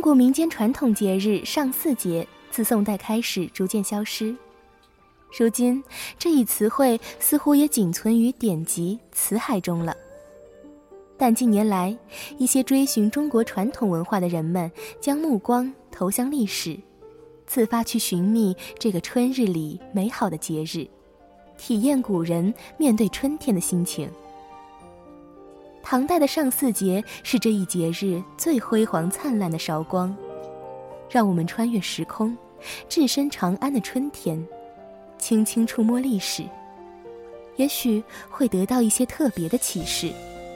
国民间传统节日上巳节自宋代开始逐渐消失，如今这一词汇似乎也仅存于典籍词海中了。但近年来，一些追寻中国传统文化的人们将目光投向历史，自发去寻觅这个春日里美好的节日，体验古人面对春天的心情。唐代的上巳节是这一节日最辉煌灿烂的韶光，让我们穿越时空，置身长安的春天，轻轻触摸历史，也许会得到一些特别的启示。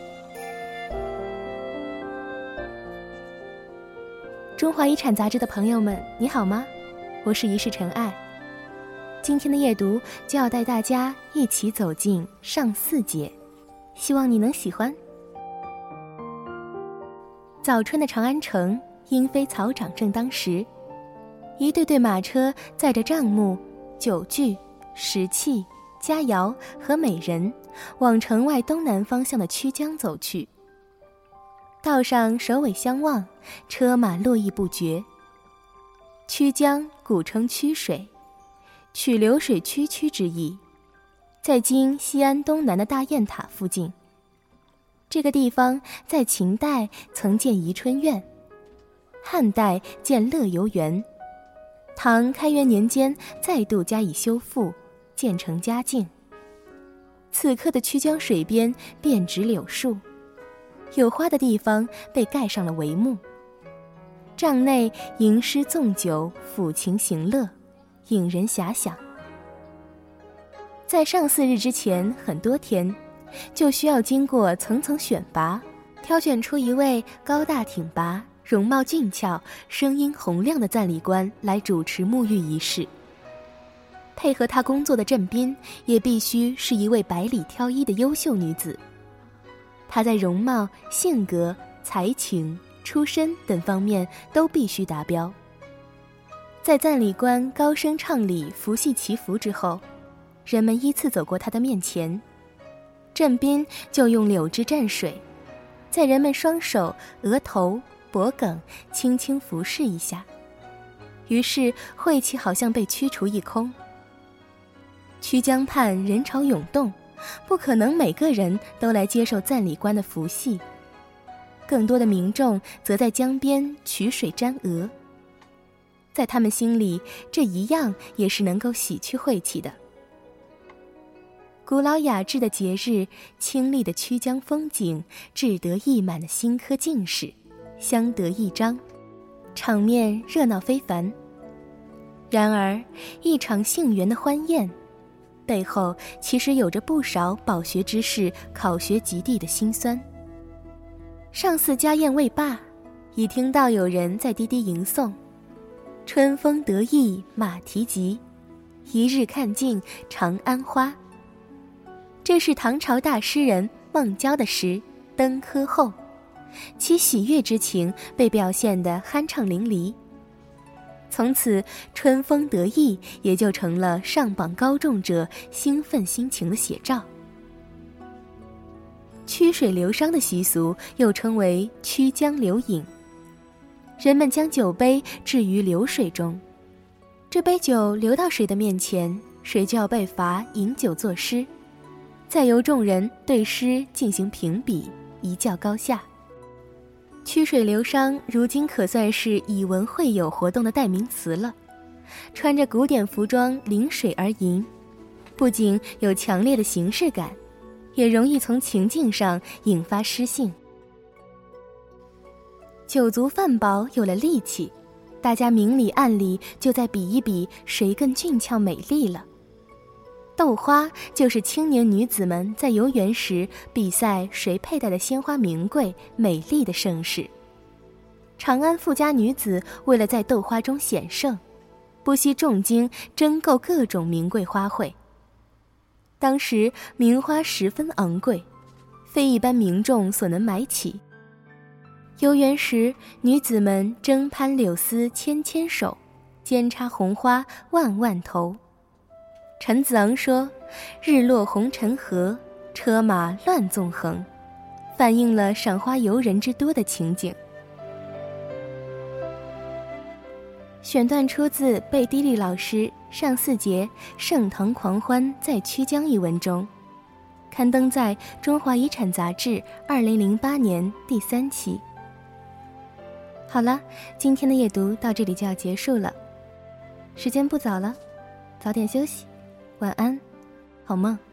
中华遗产杂志的朋友们，你好吗？我是一世尘埃。今天的夜读就要带大家一起走进上巳节，希望你能喜欢。早春的长安城，莺飞草长正当时，一对对马车载着账目、酒具、石器、佳肴和美人，往城外东南方向的曲江走去。道上首尾相望，车马络绎不绝。曲江古称曲水，取流水曲曲之意，在今西安东南的大雁塔附近。这个地方在秦代曾建宜春院，汉代建乐游园，唐开元年间再度加以修复，建成嘉靖。此刻的曲江水边遍植柳树，有花的地方被盖上了帷幕，帐内吟诗纵酒，抚琴行乐，引人遐想。在上巳日之前很多天，就需要经过层层选拔，挑选出一位高大挺拔、容貌俊俏、声音洪亮的赞礼官来主持沐浴仪式。配合他工作的镇宾也必须是一位百里挑一的优秀女子，她在容貌、性格、才情、出身等方面都必须达标。在赞礼官高声唱礼、伏羲祈福之后，人们依次走过他的面前，镇宾就用柳枝蘸水，在人们双手、额头、脖颈轻轻拂拭一下，于是晦气好像被驱除一空。曲江畔人潮涌动，不可能每个人都来接受赞礼官的伏羲，更多的民众则在江边取水沾额，在他们心里，这一样也是能够洗去晦气的。古老雅致的节日，清丽的曲江风景，志得意满的新科进士，相得益彰，场面热闹非凡。然而，一场杏园的欢宴，背后其实有着不少饱学之士考学及第的辛酸。上巳家宴未罢，已听到有人在滴滴吟诵：春风得意马蹄疾，一日看尽长安花。这是唐朝大诗人孟郊的诗《登科后》，其喜悦之情被表现得酣畅淋漓。从此，春风得意也就成了上榜高中者兴奋心情的写照。曲水流觞的习俗又称为曲江流饮，人们将酒杯置于流水中，这杯酒流到谁的面前，谁就要被罚饮酒作诗，再由众人对诗进行评比，一较高下。曲水流觞如今可算是以文会友活动的代名词了。穿着古典服装临水而吟，不仅有强烈的形式感，也容易从情境上引发诗兴。酒足饭饱有了力气，大家明里暗里就在比一比谁更俊俏美丽了。斗花就是青年女子们在游园时比赛谁佩戴的鲜花名贵美丽的盛事。长安富家女子为了在斗花中显胜，不惜重金征购各种名贵花卉。当时名花十分昂贵，非一般民众所能买起。游园时，女子们争攀柳丝千千手，肩插红花万万头。陈子昂说：“日落红尘河，车马乱纵横”，反映了赏花游人之多的情景。 选段出自贝蒂利老师上巳节盛唐狂欢在曲江一文中，刊登在《中华遗产》杂志2008年第3期。好了，今天的夜读到这里就要结束了，时间不早了，早点休息，晚安，好梦。